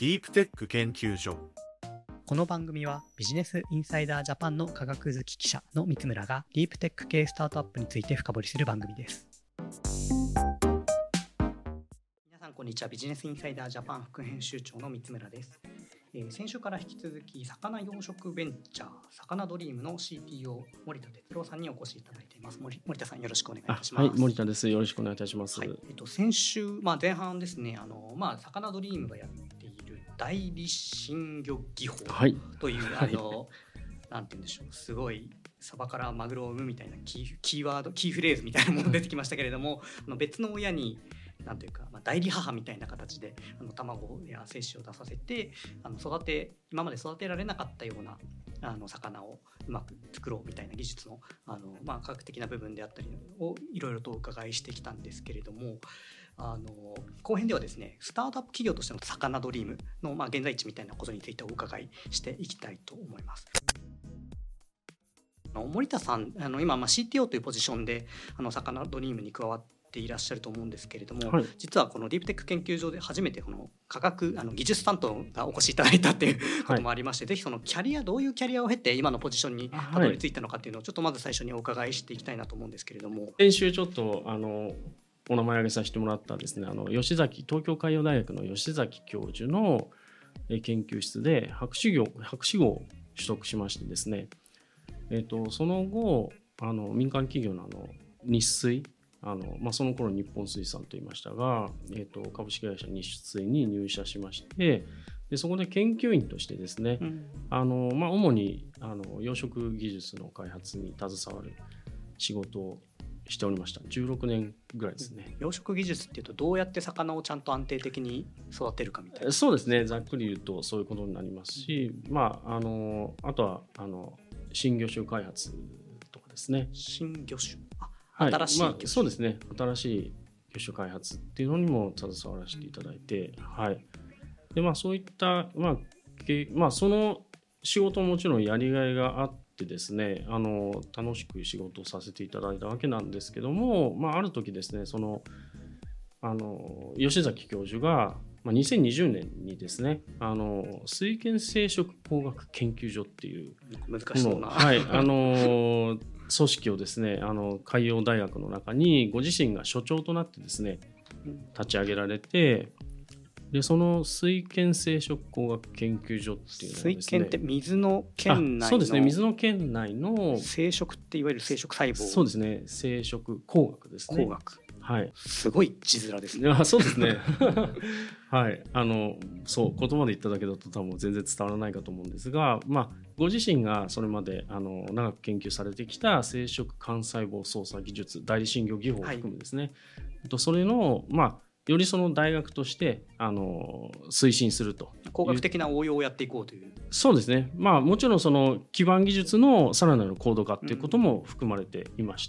ディープテック研究所。 この番組はビジネスインサイダージャパンの科学好き記者の三村がディープテック系スタートアップについて深掘りする番組です。皆さんこんにちは。ビジネスインサイダージャパン副編集長の三村です。先週から引き続き魚養殖ベンチャー魚ドリームの CTO 森田哲郎さんにお越しいただいています。森田さんよろしくお願いいたします。 はい、森田です。よろしくお願いいたします。 先週、前半ですね、魚ドリームがやっている代理新魚技法という、なんて言うんでしょう、すごいサバからマグロを産むみたいなキーワードキーフレーズみたいなもの出てきましたけれども別の親になんというか、代理母みたいな形で卵や精子を出させて今まで育てられなかったような魚をうまく作ろうみたいな技術の科学的な部分であったりをいろいろとお伺いしてきたんですけれども後編ではですねスタートアップ企業としての魚ドリームの現在地みたいなことについてお伺いしていきたいと思います。森田さん今CTO というポジションで魚ドリームに加わっていらっしゃると思うんですけれども、実はこのディープテック研究所で初めてこの科学技術担当がお越しいただいたっていうこともありまして、ぜひそのどういうキャリアを経て今のポジションにたどり着いたのかっていうのをちょっとまず最初にお伺いしていきたいなと思うんですけれども。 先週ちょっとお名前挙げさせてもらったですね東京海洋大学の吉崎教授の研究室で博士号を取得しましてですね、その後民間企業の日水その頃日本水産と言いましたが、株式会社日水に入社しまして、でそこで研究員としてですね、主に養殖技術の開発に携わる仕事をしておりました。16年ぐらいですね。 養殖技術っていうとどうやって魚をちゃんと安定的に育てるかみたいな。 そうですね、ざっくり言うとそういうことになりますし、あとは新魚種開発とかですね。 新魚種新しい魚種、 そうですね、新しい魚種開発っていうのにも携わらせていただいて、でそういった、その仕事ももちろんやりがいがあってですね楽しく仕事をさせていただいたわけなんですけども、ある時ですね吉崎教授が2020年にですね水圏生殖工学研究所っていう難しそうな組織をですね海洋大学の中にご自身が所長となってですね立ち上げられて、でその水圏生殖工学研究所っていうのはですね、 水圏って水の圏内の、 そうですね、水の圏内の生殖っていわゆる生殖細胞、 そうですね、生殖工学ですね。 工学、すごい字面ですね。 そうですねそう言葉で言っただけだと多分全然伝わらないかと思うんですが、ご自身がそれまで長く研究されてきた生殖幹細胞操作技術代理新魚技法を含むですね、それのよりその大学として推進すると工学的な応用をやっていこうという。 そうですね、もちろんその基盤技術のさらなる高度化ということも含まれていまして、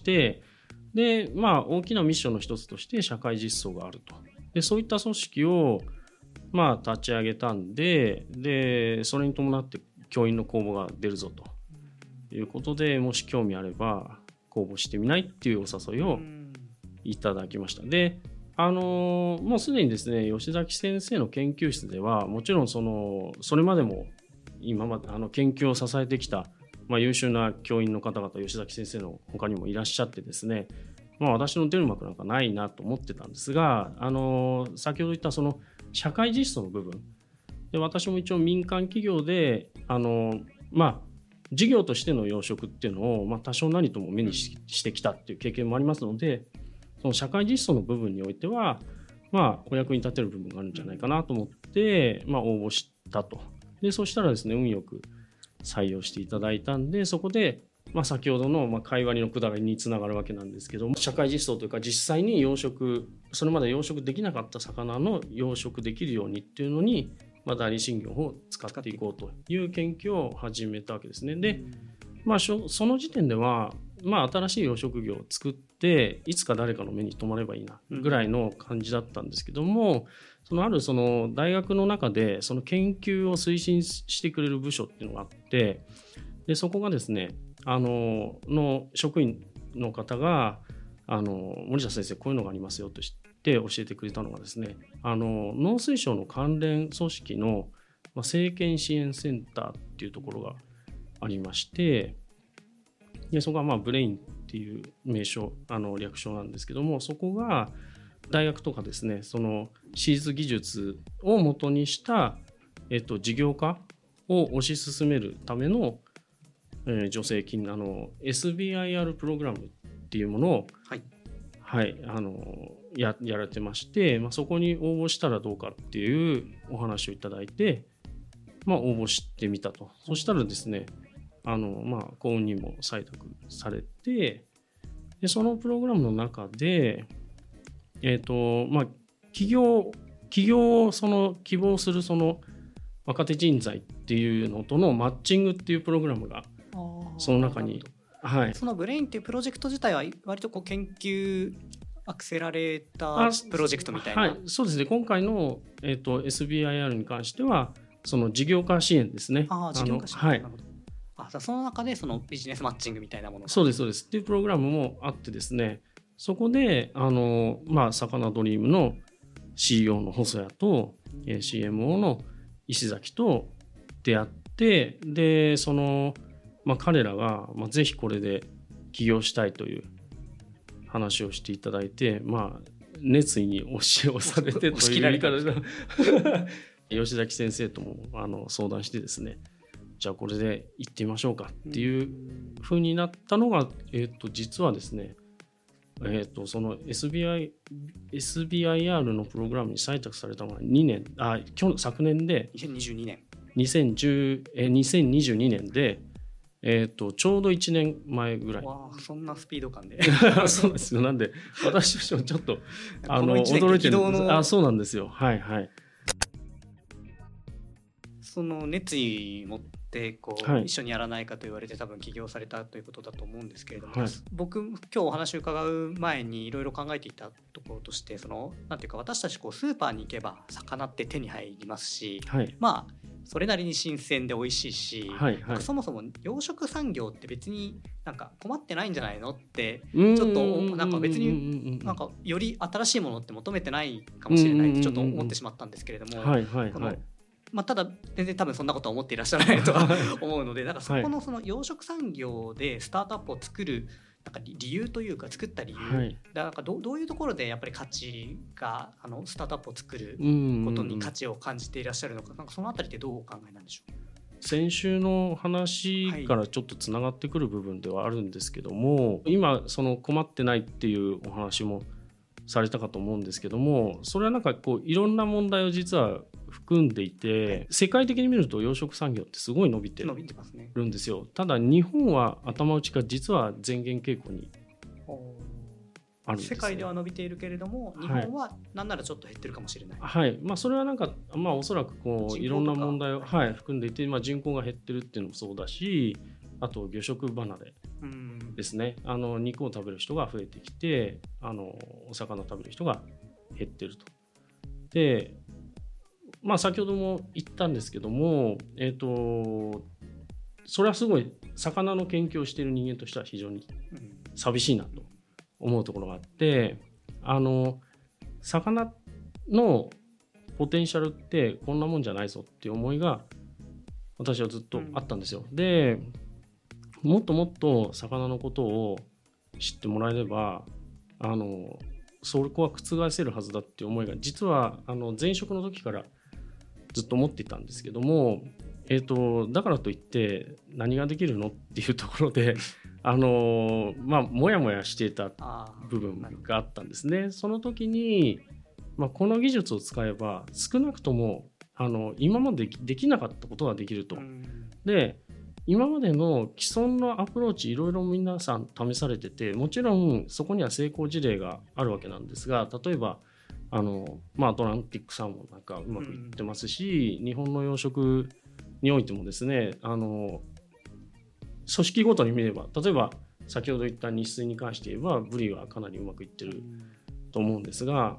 で大きなミッションの一つとして社会実装があると。でそういった組織を立ち上げたんでそれに伴って教員の公募が出るぞということで、もし興味あれば公募してみないっていうお誘いをいただきました。でもうすでにですね吉崎先生の研究室ではもちろんそれまでも今まで研究を支えてきた、優秀な教員の方々吉崎先生の他にもいらっしゃってですね、私の出る幕なんかないなと思ってたんですが先ほど言ったその社会実装の部分で、私も一応民間企業で事業としての養殖っていうのを、多少なりとも目にしてきたっていう経験もありますので、その社会実装の部分においてはお役に立てる部分があるんじゃないかなと思って、応募したと。でそしたらですね運よく採用していただいたんで、そこで先ほどの会話のくだりにつながるわけなんですけども、社会実装というか実際にそれまで養殖できなかった魚の養殖できるようにっていうのに代理新魚を使っていこうという研究を始めたわけですね。でその時点では新しい養殖業を作っていつか誰かの目に留まればいいなぐらいの感じだったんですけども、ある大学の中でその研究を推進してくれる部署っていうのがあって、でそこがですねの職員の方が森田先生こういうのがありますよとって教えてくれたのがですね、農水省の関連組織の政権支援センターっていうところがありまして、でそこがブレインっていう名称略称なんですけども、そこが大学とかですね、そのシーズ技術を元にした、事業化を推し進めるための、助成金SBIR プログラムっていうものを、やられてまして、そこに応募したらどうかっていうお話をいただいて、応募してみたと。そしたらですね、幸運にも採択されて、でそのプログラムの中で、企業をその希望するその若手人材っていうのとのマッチングっていうプログラムがその中に、 そのブレインっていうプロジェクト自体は割と研究アクセラレータープロジェクトみたいな。 そうですね。今回の、SBIR に関してはその事業化支援ですね。 事業化支援、その中でそのビジネスマッチングみたいなものが。 そうですっていうプログラムもあってですね、そこでサカナドリームの CEO の細谷と CMO の石崎と出会って、で彼らがぜひこれで起業したいという話をしていただいて、熱意に押しされてという言い方で吉崎先生とも相談してですね、じゃあこれで行ってみましょうかっていう風になったのが、実はですね、その SBIR のプログラムに採択されたのが昨年で 2022年 2022年で、ちょうど1年前ぐらい。 そんなスピード感でそうですよ。なんで私としてもちょっと驚いてるんです。そうなんですよ。 その熱意持って一緒にやらないかと言われて多分起業されたということだと思うんですけれども、僕今日お話を伺う前にいろいろ考えていたところとして、なんていうか、私たちスーパーに行けば魚って手に入りますし、それなりに新鮮で美味しいし、そもそも養殖産業って別に困ってないんじゃないのってちょっと別により新しいものって求めてないかもしれないってちょっと思ってしまったんですけれども、ただ全然多分そんなことは思っていらっしゃらないとは思うので、そこのその養殖産業でスタートアップを作る理由というか、作った理由、どういうところでやっぱり価値がスタートアップを作ることに価値を感じていらっしゃるのか、そのあたりってどうお考えなんでしょう。 先週の話からちょっとつながってくる部分ではあるんですけども、今その困ってないっていうお話もされたかと思うんですけども、それはいろんな問題を実は含んでいて、世界的に見ると養殖産業ってすごい伸びてるんですよ。ただ日本は頭打ちが実は前減傾向にあるんですね。 世界では伸びているけれども日本はなんならちょっと減ってるかもしれない。 それはおそらくいろんな問題を、含んでいて、人口が減ってるっていうのもそうだし、あと魚食離れですね。肉を食べる人が増えてきて、お魚を食べる人が減ってると。で、先ほども言ったんですけども、それはすごい魚の研究をしている人間としては非常に寂しいなと思うところがあって、魚のポテンシャルってこんなもんじゃないぞっていう思いが私はずっとあったんですよ。で、もっともっと魚のことを知ってもらえればそこは覆せるはずだっていう思いが実は前職の時からずっと思っていたんですけども、だからといって何ができるのっていうところでもやもやしていた部分があったんですね。その時に、この技術を使えば少なくとも今までできなかったことができると。で、今までの既存のアプローチいろいろ皆さん試されてて、もちろんそこには成功事例があるわけなんですが、例えばアトランティックサーモンなんかうまくいってますし、日本の養殖においてもですね、組織ごとに見れば、例えば先ほど言った日水に関して言えばブリはかなりうまくいってると思うんですが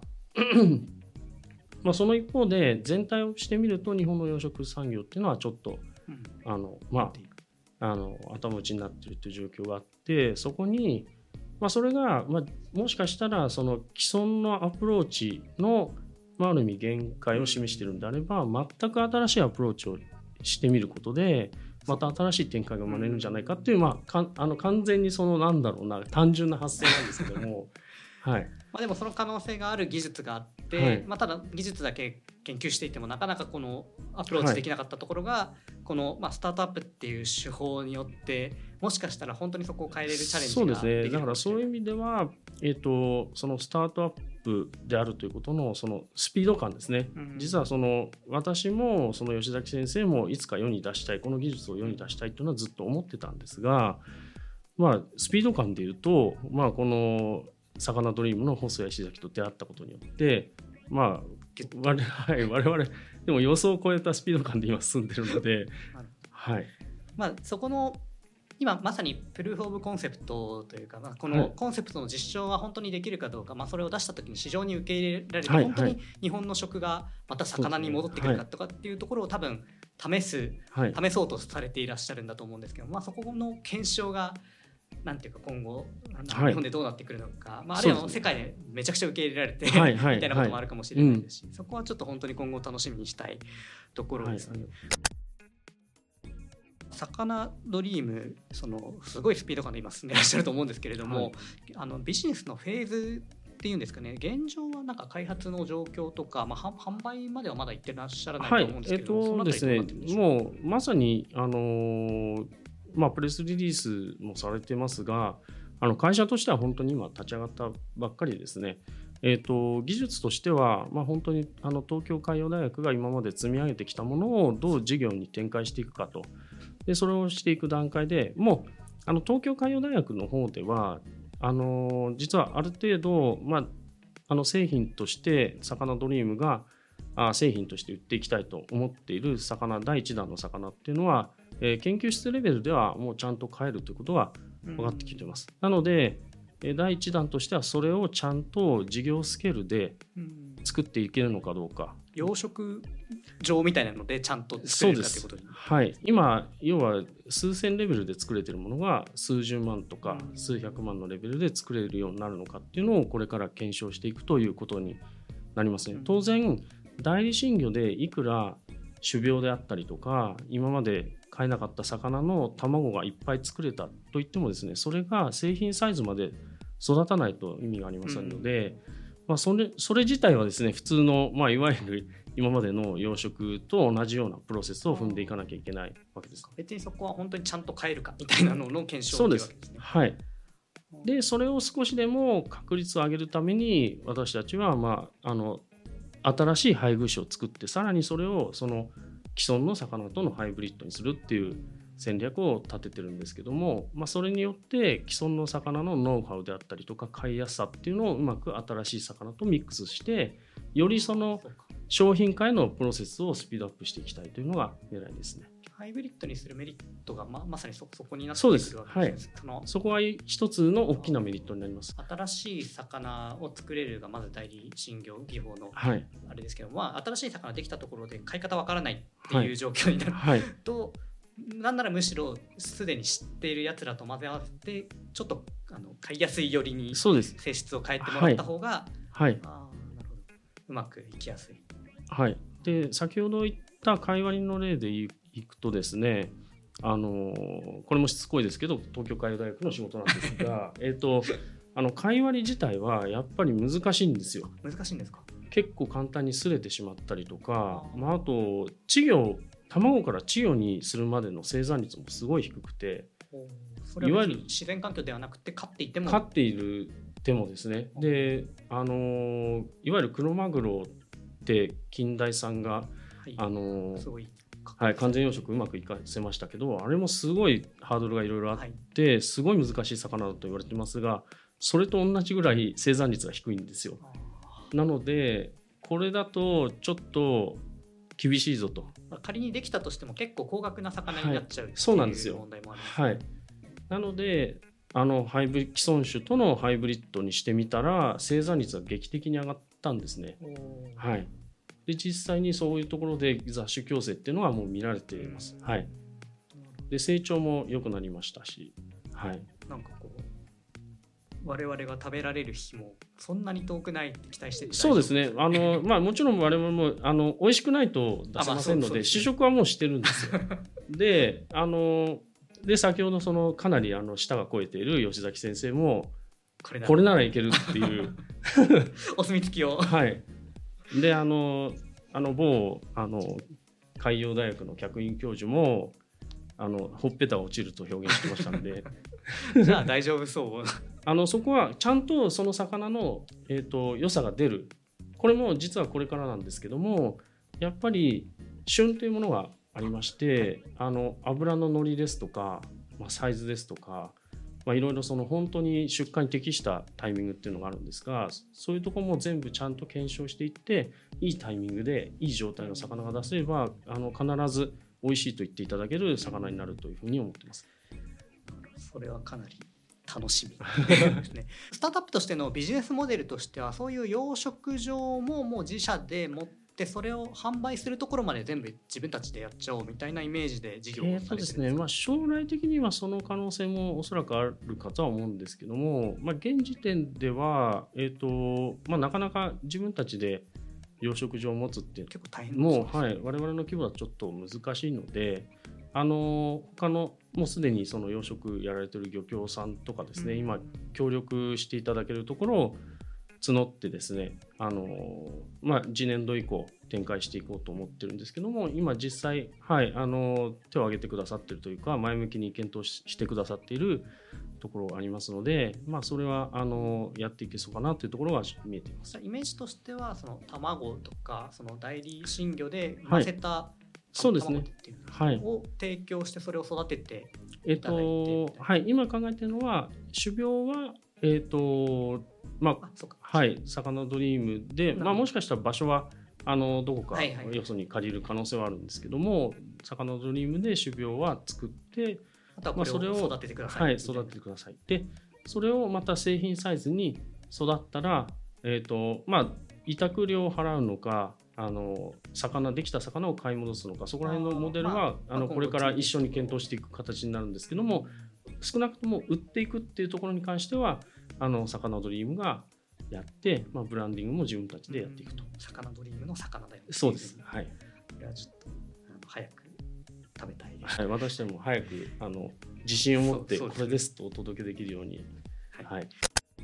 その一方で全体をしてみると日本の養殖産業っていうのはちょっと頭打ちになっているという状況があって、そこにそれが、もしかしたらその既存のアプローチの、ある意味限界を示しているのであれば、全く新しいアプローチをしてみることでまた新しい展開が生まれるんじゃないかっていう、完全にその単純な発想なんですけどもはい、 でもその可能性がある技術があって、ただ技術だけ研究していてもなかなかこのアプローチできなかったところが、このスタートアップっていう手法によってもしかしたら本当にそこを変えれるチャレンジができるかもしれない。 そうですね。だからそういう意味では、そのスタートアップであるということのそのスピード感ですね。実はその私もその吉崎先生もいつか世に出したい、この技術を世に出したいというのはずっと思ってたんですが、スピード感でいうと、このサカナドリームの細谷石崎と出会ったことによって、我々でも予想を超えたスピード感で今進んでるので、 そこの今まさにプルーフ・オブ・コンセプトというか、このコンセプトの実証は本当にできるかどうか、それを出した時に市場に受け入れられて、本当に日本の食がまた魚に戻ってくるかとかっていうところを多分試そうとされていらっしゃるんだと思うんですけど、そこの検証がなんていうか今後日本でどうなってくるのか、あるいは世界でめちゃくちゃ受け入れられてみたいなこともあるかもしれないですし、そこはちょっと本当に今後楽しみにしたいところですね。サカナドリームすごいスピード感で今進んでいらっしゃると思うんですけれども、ビジネスのフェーズっていうんですかね、現状はなんか開発の状況とか、販売まではまだ行ってらっしゃらないと思うんですけど、そのあたりどうなってるんでしょうか。 もうまさにプレスリリースもされてますが、会社としては本当に今立ち上がったばっかりですね。技術としては、本当に東京海洋大学が今まで積み上げてきたものをどう事業に展開していくかと。でそれをしていく段階でもう東京海洋大学の方では実はある程度、製品としてサカナドリームが製品として売っていきたいと思っている魚第1弾の魚っていうのは、研究室レベルではもうちゃんと買えるということが分かってきています。なので第1弾としてはそれをちゃんと事業スケールで作っていけるのかどうか、 養殖場みたいなのでちゃんと作れるかということに。 今要は数千レベルで作れているものが数十万とか数百万のレベルで作れるようになるのかっていうのをこれから検証していくということになりますね。当然代理新魚でいくら種苗であったりとか今まで買えなかった魚の卵がいっぱい作れたといってもですね、それが製品サイズまで育たないと意味がありませんので、それ自体はですね普通の、いわゆる今までの養殖と同じようなプロセスを踏んでいかなきゃいけないわけです。 別にそこは本当にちゃんと買えるかみたいなのの検証というわけですね。 でそれを少しでも確率を上げるために私たちは、新しい配偶種を作ってさらにそれをその既存の魚とのハイブリッドにするっていう戦略を立ててるんですけども、それによって既存の魚のノウハウであったりとか買いやすさっていうのをうまく新しい魚とミックスしてよりその商品化へのプロセスをスピードアップしていきたいというのが狙いですね。 ハイブリッドにするメリットが まさにそこになってくるわけです。そうです。 そこは一つの大きなメリットになります。 新しい魚を作れるがまず代理新魚技法のあれですけども、新しい魚できたところで買い方わからないっていう状況になると、なんならむしろすでに知っているやつらと混ぜ合わせてちょっと買いやすいよりに性質を変えてもらった方がなるほど、うまくいきやすい。 で先ほど言った貝割りの例でいくとですね、これもしつこいですけど東京海洋大学の仕事なんですが貝割り自体はやっぱり難しいんですよ。 難しいんですか？ 結構簡単に擦れてしまったりとか、あと卵から稚魚にするまでの生産率もすごい低くて、 いわゆる自然環境ではなくて飼っているでもですね、でいわゆるクロマグロって近代さんが、 すごい完全養殖うまくいかせましたけど、あれもすごいハードルがいろいろあって、すごい難しい魚だと言われてますが、それと同じぐらい生産率が低いんですよ。なのでこれだとちょっと厳しいぞと。 仮にできたとしても結構高額な魚になっちゃうっていう問題もあります。 なので既存種とのハイブリッドにしてみたら生産率が劇的に上がったんですね。で実際にそういうところで雑種共生っていうのはもう見られています。で成長も良くなりましたし、 なんかこう我々が食べられる日もそんなに遠くないって期待しててそうですね。もちろん我々も美味しくないと出せませんので、試食はもうしてるんですよ。で、先ほどかなり舌が肥えている吉崎先生もこれならいけるっていうお墨付きを。 はい。で、某海洋大学の客員教授もほっぺたが落ちると表現してましたのでじゃあ大丈夫そう。 そこはちゃんとその魚の、良さが出る。これも実はこれからなんですけども、やっぱり旬というものがありまして、油の乗りですとか、サイズですとか、いろいろ本当に出荷に適したタイミングっていうのがあるんですが、そういうところも全部ちゃんと検証していって、いいタイミングでいい状態の魚が出せれば必ず美味しいと言っていただける魚になるというふうに思っています。 それはかなり楽しみですね。スタートアップとしてのビジネスモデルとしては、そういう養殖場ももう自社で持ってそれを販売するところまで全部自分たちでやっちゃおうみたいなイメージで事業をされてるんですか？ ですね、将来的にはその可能性もおそらくあるかとは思うんですけども、現時点では、なかなか自分たちで養殖場を持つっていう結構大変ですね。 もう、はい、我々の規模はちょっと難しいので、他のもうすでにその養殖やられている漁協さんとかですね、今協力していただけるところを募ってですね、次年度以降展開していこうと思ってるんですけども、今実際、はい、手を挙げてくださっているというか、前向きに検討してくださっているところがありますので、それはやっていけそうかなというところが見えています。 イメージとしては、その卵とかその代理新魚で混ぜた、 そうですね、 を提供してそれを育てていただいて、 今考えているのは、種苗は魚ドリームで、もしかしたら場所はどこかよそに借りる可能性はあるんですけども、魚ドリームで種苗は作って、 あとはこれを育ててください。 はい、育ててください。で、それをまた製品サイズに育ったら、委託料を払うのか、できた魚を買い戻すのか、そこら辺のモデルはこれから一緒に検討していく形になるんですけども、少なくとも売っていくっていうところに関しては魚ドリームがやって、ブランディングも自分たちでやっていくと。 魚ドリームの魚だよね。 そうです。はい。 これはちょっと早く食べたいです。 はい、私でも早く自信を持ってこれですとお届けできるように。はい。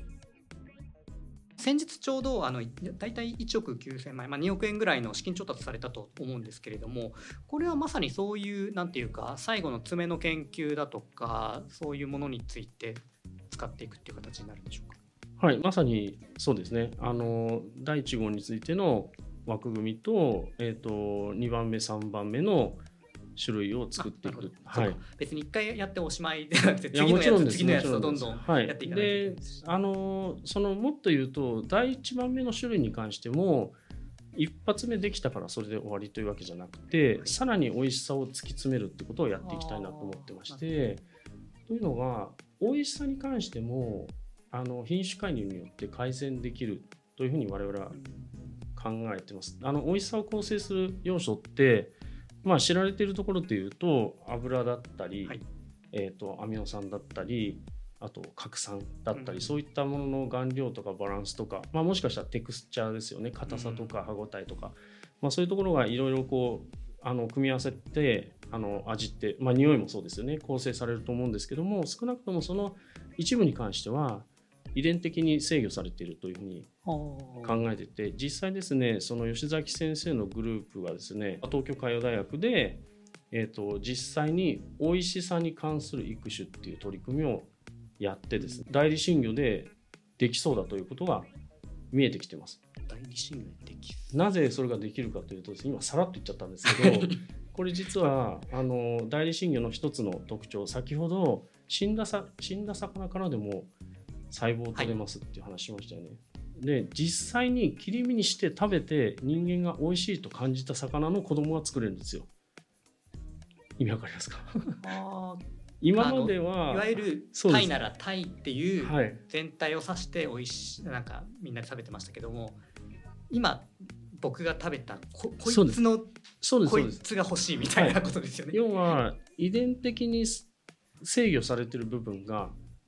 先日ちょうど大体1億9000万円、2億円ぐらいの資金調達されたと思うんですけれども、これはまさにそういうなんていうか最後の詰めの研究だとかそういうものについて使っていくっていう形になるんでしょうか？ はい、まさにそうですね。第1号についての枠組みと、2番目3番目の種類を作っていく。 はい、別に1回やっておしまいではなくて、次のやつをどんどんやっていかないといけないです。 もっと言うと第1番目の種類に関しても一発目できたからそれで終わりというわけじゃなくて、さらに美味しさを突き詰めるってことをやっていきたいなと思ってまして、というのが美味しさに関しても品種改良によって改善できるというふうに我々は考えてます。美味しさを構成する要素って知られているところでいうと油だったり、アミノ酸だったり、あと核酸だったり、そういったものの顔料とかバランスとか、もしかしたらテクスチャーですよね、硬さとか歯ごたえとか、そういうところがいろいろ組み合わせて味って、匂いもそうですよね、構成されると思うんですけども、少なくともその一部に関しては遺伝的に制御されているというふうに考えてて、実際ですね、その吉崎先生のグループがですね、東京海洋大学で、実際に美味しさに関する育種っていう取り組みをやってですね、代理新魚でできそうだということが見えてきてます。 代理新魚でできる。 なぜそれができるかというとですね、今さらっと言っちゃったんですけどこれ実は代理新魚の一つの特徴、先ほど死んだ魚からでも細胞取れますっていう話しましたよね。で、実際に切り身にして食べて人間が美味しいと感じた魚の子供が作れるんですよ。意味わかりますか？今まではいわゆるタイならタイっていう全体を指して美味しい、なんかみんなで食べてましたけども、今僕が食べたこいつのこいつが欲しいみたいなことですよね。 要は遺伝的に制御されている部分が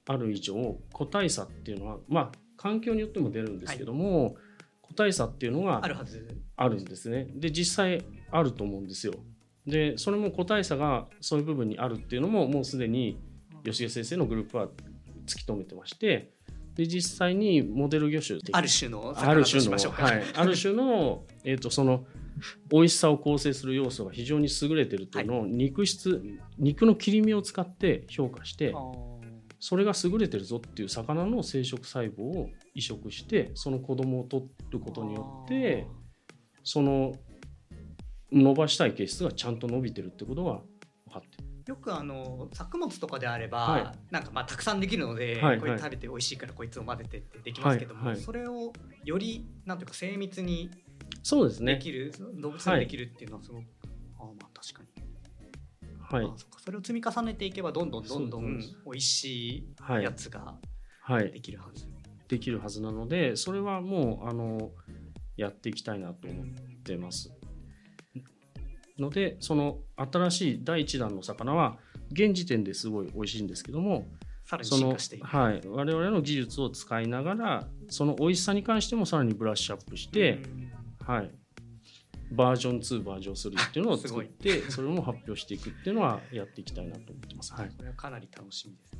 ある以上個体差っていうのは、まあ環境によっても出るんですけども、はい、個体差っていうのがあるんですね。で実際あると思うんですよ。でそれも個体差がそういう部分にあるっていうのももうすでに吉江先生のグループは突き止めてまして、で実際にモデル魚種ある種の魚としましょうか、 はい、ある種の、その美味しさを構成する要素が非常に優れているというのを、はい、肉の切り身を使って評価して、それが優れてるぞっていう魚の生殖細胞を移植してその子供を取ることによってその伸ばしたい形質がちゃんと伸びてるってことが分かってる。 よく作物とかであれば、はい、なんかまあたくさんできるので、 はい、 これ食べて美味しいからこいつを混ぜてってできますけども、はいはい、それをよりなんていうか精密にそうですね、 できる動物ができるっていうのはすごく、まあ確かに、 はい、 それを積み重ねていけばどんどん美味しいやつができるはず、 できるはずなので、それはもうやっていきたいなと思ってます。のでその新しい第1弾の魚は現時点ですごい美味しいんですけども、 さらに進化していく、 はい、我々の技術を使いながらその美味しさに関してもさらにブラッシュアップして、はい、バージョン2バージョン3っていうのを作ってそれも発表していくっていうのはやっていきたいなと思ってます。 はい、これはかなり楽しみですね。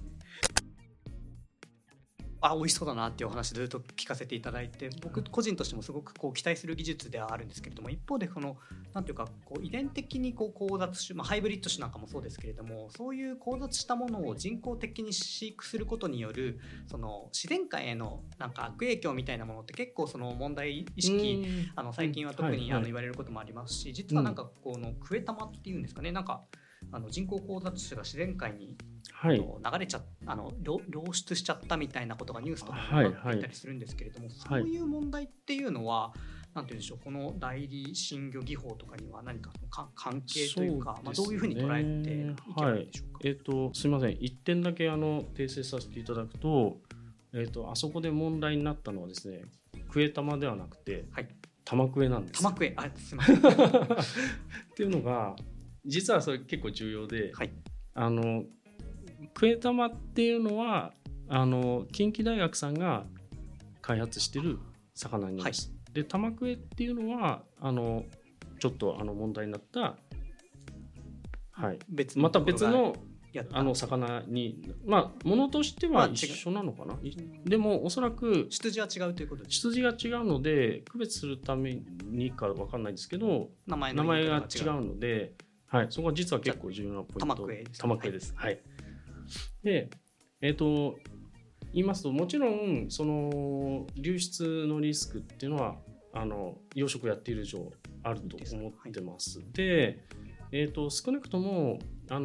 美味しそうだなっていうお話ずっと聞かせていただいて、僕個人としてもすごく期待する技術ではあるんですけれども、一方でなんていうか遺伝的に交雑種、ハイブリッド種なんかもそうですけれども、そういう交雑したものを人工的に飼育することによるその自然界へのなんか悪影響みたいなものって結構その問題意識最近は特に言われることもありますし、実はなんかクエタマっていうんですかね、なんか人工交雑種が自然界に流れちゃ漏出しちゃったみたいなことがニュースとかになっていたりするんですけれども、そういう問題っていうのはなんていうんでしょう、この代理新魚技法とかには何か関係というか、どういうふうに捉えていけばいいでしょうか。 すみません、1点だけ訂正させていただくと、あそこで問題になったのはですね、クエタマではなくて、はい、タマクエなんです。 タマクエ、すみませんっていうのが実はそれ結構重要で、はい、クエタマっていうのは近畿大学さんが開発してる魚になります。はい、でタマクエっていうのはちょっと問題になった、はい、また別の魚に、ものとしては一緒なのかな、でもおそらく出自は違うということです。 出自が違うので区別するためにか分かんないですけど名前が違うので、はい、そこは実は結構重要なポイント。タマクエです。はい。で、言いますと、もちろんその流出のリスクっていうのは養殖やっている以上あると思ってます。で、少なくとも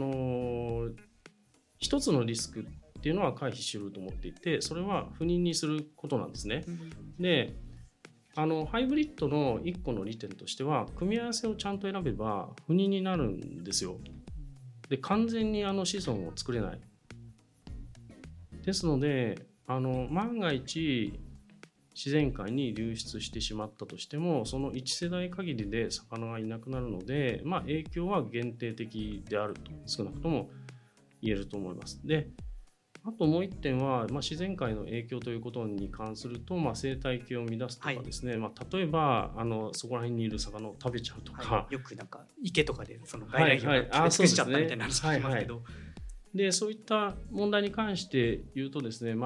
一つのリスクっていうのは回避しようと思っていて、それは不妊にすることなんですね。で、ハイブリッドの1個の利点としては組み合わせをちゃんと選べば不妊になるんですよ。で完全に子孫を作れない。ですので万が一自然界に流出してしまったとしてもその1世代限りで魚がいなくなるので、影響は限定的であると少なくとも言えると思います。であともう一点は、自然界の影響ということに関すると、生態系を乱すとかですね、はい、例えばそこら辺にいる魚を食べちゃうとか、 はい、よくなんか池とかでその外来魚が食べ尽くしちゃったみたいな話聞きますけど、 でそういった問題に関して言うとですね、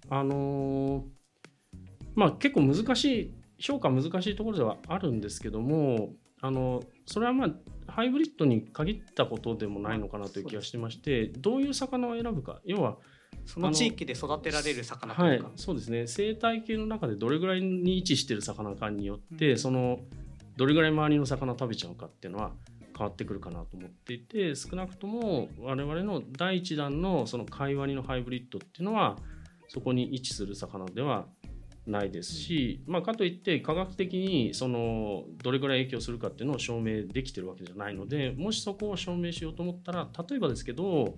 結構難しい評価難しいところではあるんですけどもそれはハイブリッドに限ったことでもないのかなという気がしてまして、どういう魚を選ぶか、要はその地域で育てられる魚というか、 そうですね、生態系の中でどれぐらいに位置している魚かによって、そのどれぐらい周りの魚を食べちゃうかっていうのは変わってくるかなと思っていて、少なくとも我々の第一弾のそのカイワニのハイブリッドっていうのはそこに位置する魚ではないですし、かといって科学的にどれぐらい影響するかっていうのを証明できてるわけじゃないので、もしそこを証明しようと思ったら、例えばですけど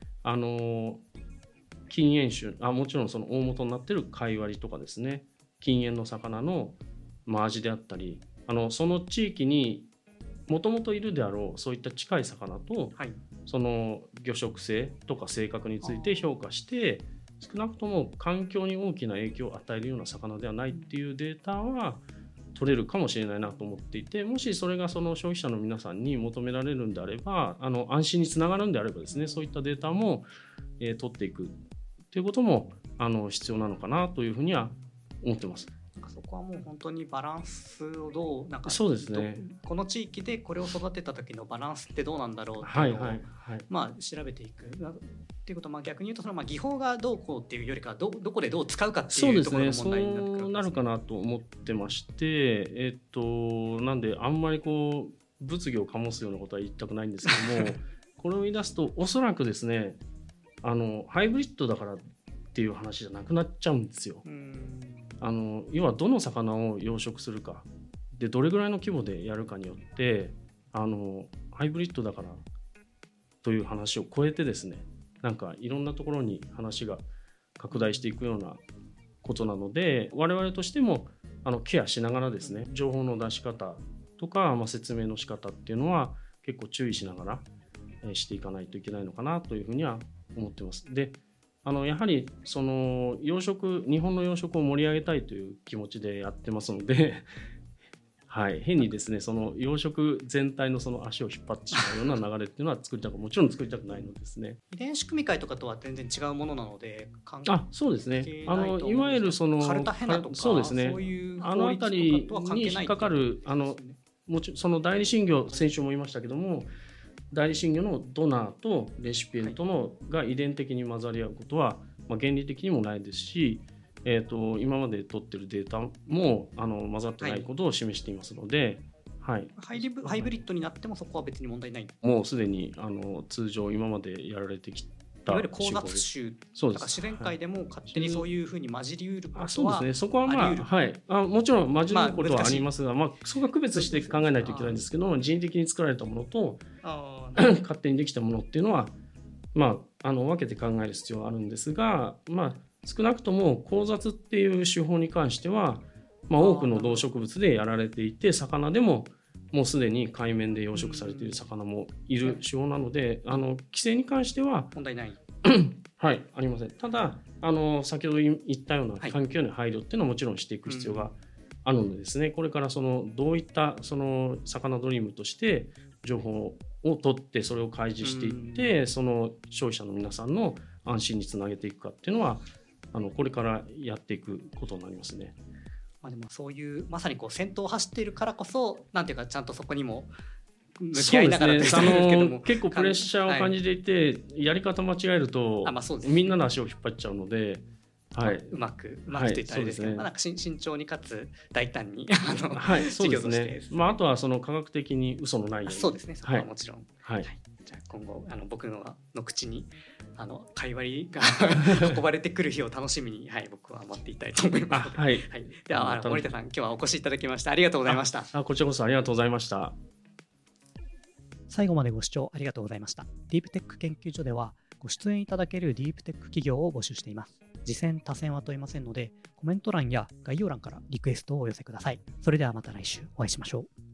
禁煙種もちろんその大元になっているカイワリとかですね、禁煙の魚のマアジであったりその地域にもともといるであろうそういった近い魚と、その魚食性とか性格について評価して少なくとも環境に大きな影響を与えるような魚ではないっていうデータは取れるかもしれないなと思っていて、もしそれがその消費者の皆さんに求められるんであれば、安心につながるんであればですね、そういったデータも、取っていくということも必要なのかなというふうには思ってます。 そこはもう本当にバランスをどうなんか、 そうですね、 この地域でこれを育てた時のバランスってどうなんだろうっていうのを、まあ、調べていくっていうことは、逆に言うとその技法がどうこうっていうよりか どこでどう使うかっていうところの問題になってくるんですね。 そうなるかなと思ってまして、なんであんまりこう物議を醸すようなことは言いたくないんですけどもこれを言い出すとおそらくですね、ハイブリッドだからっていう話じゃなくなっちゃうんですよ。要はどの魚を養殖するかでどれぐらいの規模でやるかによってハイブリッドだからという話を超えてですね、なんかいろんなところに話が拡大していくようなことなので、我々としてもケアしながらですね、情報の出し方とか、説明の仕方っていうのは結構注意しながらしていかないといけないのかなというふうには思ってます。でやはりその日本の養殖を盛り上げたいという気持ちでやってますのではい、変にですねその養殖全体のその足を引っ張ってしまうような流れっていうのはもちろん作りたくないのですね。 遺伝子組み換えとかとは全然違うものなので、 そうですね、いわゆるそのカルタヘナとかそうですね、 そういうあたりに引っかかるもちろんその代理親魚、先週も言いましたけども、代理親魚のドナーとレシピエントが遺伝的に混ざり合うことは、原理的にもないですし、今まで取ってるデータも混ざってないことを示していますので、 ハイブリッドになってもそこは別に問題ない。 もうすでに通常今までやられてきた、 いわゆる交雑種だから自然界でも勝手にそういうふうに混じりうることは、そうですね、 そこはもちろん混じることはありますが、そこは区別して考えないといけないんですけど、人為的に作られたものと勝手にできたものっていうのは、分けて考える必要があるんですが、少なくとも交雑っていう手法に関しては、多くの動植物でやられていて、魚でももうすでに海面で養殖されている魚もいる手法なので、規制に関しては問題ないはい、ありません。ただ先ほど言ったような環境への配慮っていうのはもちろんしていく必要があるのでですね、これからどういった魚ドリームとして情報を取ってそれを開示していって、その消費者の皆さんの安心につなげていくかっていうのはこれからやっていくことになりますね。 でもそういうまさに先頭を走っているからこそ、なんていうかちゃんとそこにも向き合いながらですね、 結構プレッシャーを感じていて、やり方間違えるとみんなの足を引っ張っちゃうので、 うまくと言ったらあれですけど、なんか慎重にかつ大胆に事業として、あとは科学的に嘘のないように、 そうですね、そこはもちろん、じゃあ今後僕の口に貝割りが運ばれてくる日を楽しみに、僕は待っていたいと思います。では森田さん、今日はお越しいただきましてありがとうございました。 こちらこそありがとうございました。 最後までご視聴ありがとうございました。ディープテック研究所ではご出演いただけるディープテック企業を募集しています。次戦他戦は問いませんので、コメント欄や概要欄からリクエストをお寄せください。それではまた来週お会いしましょう。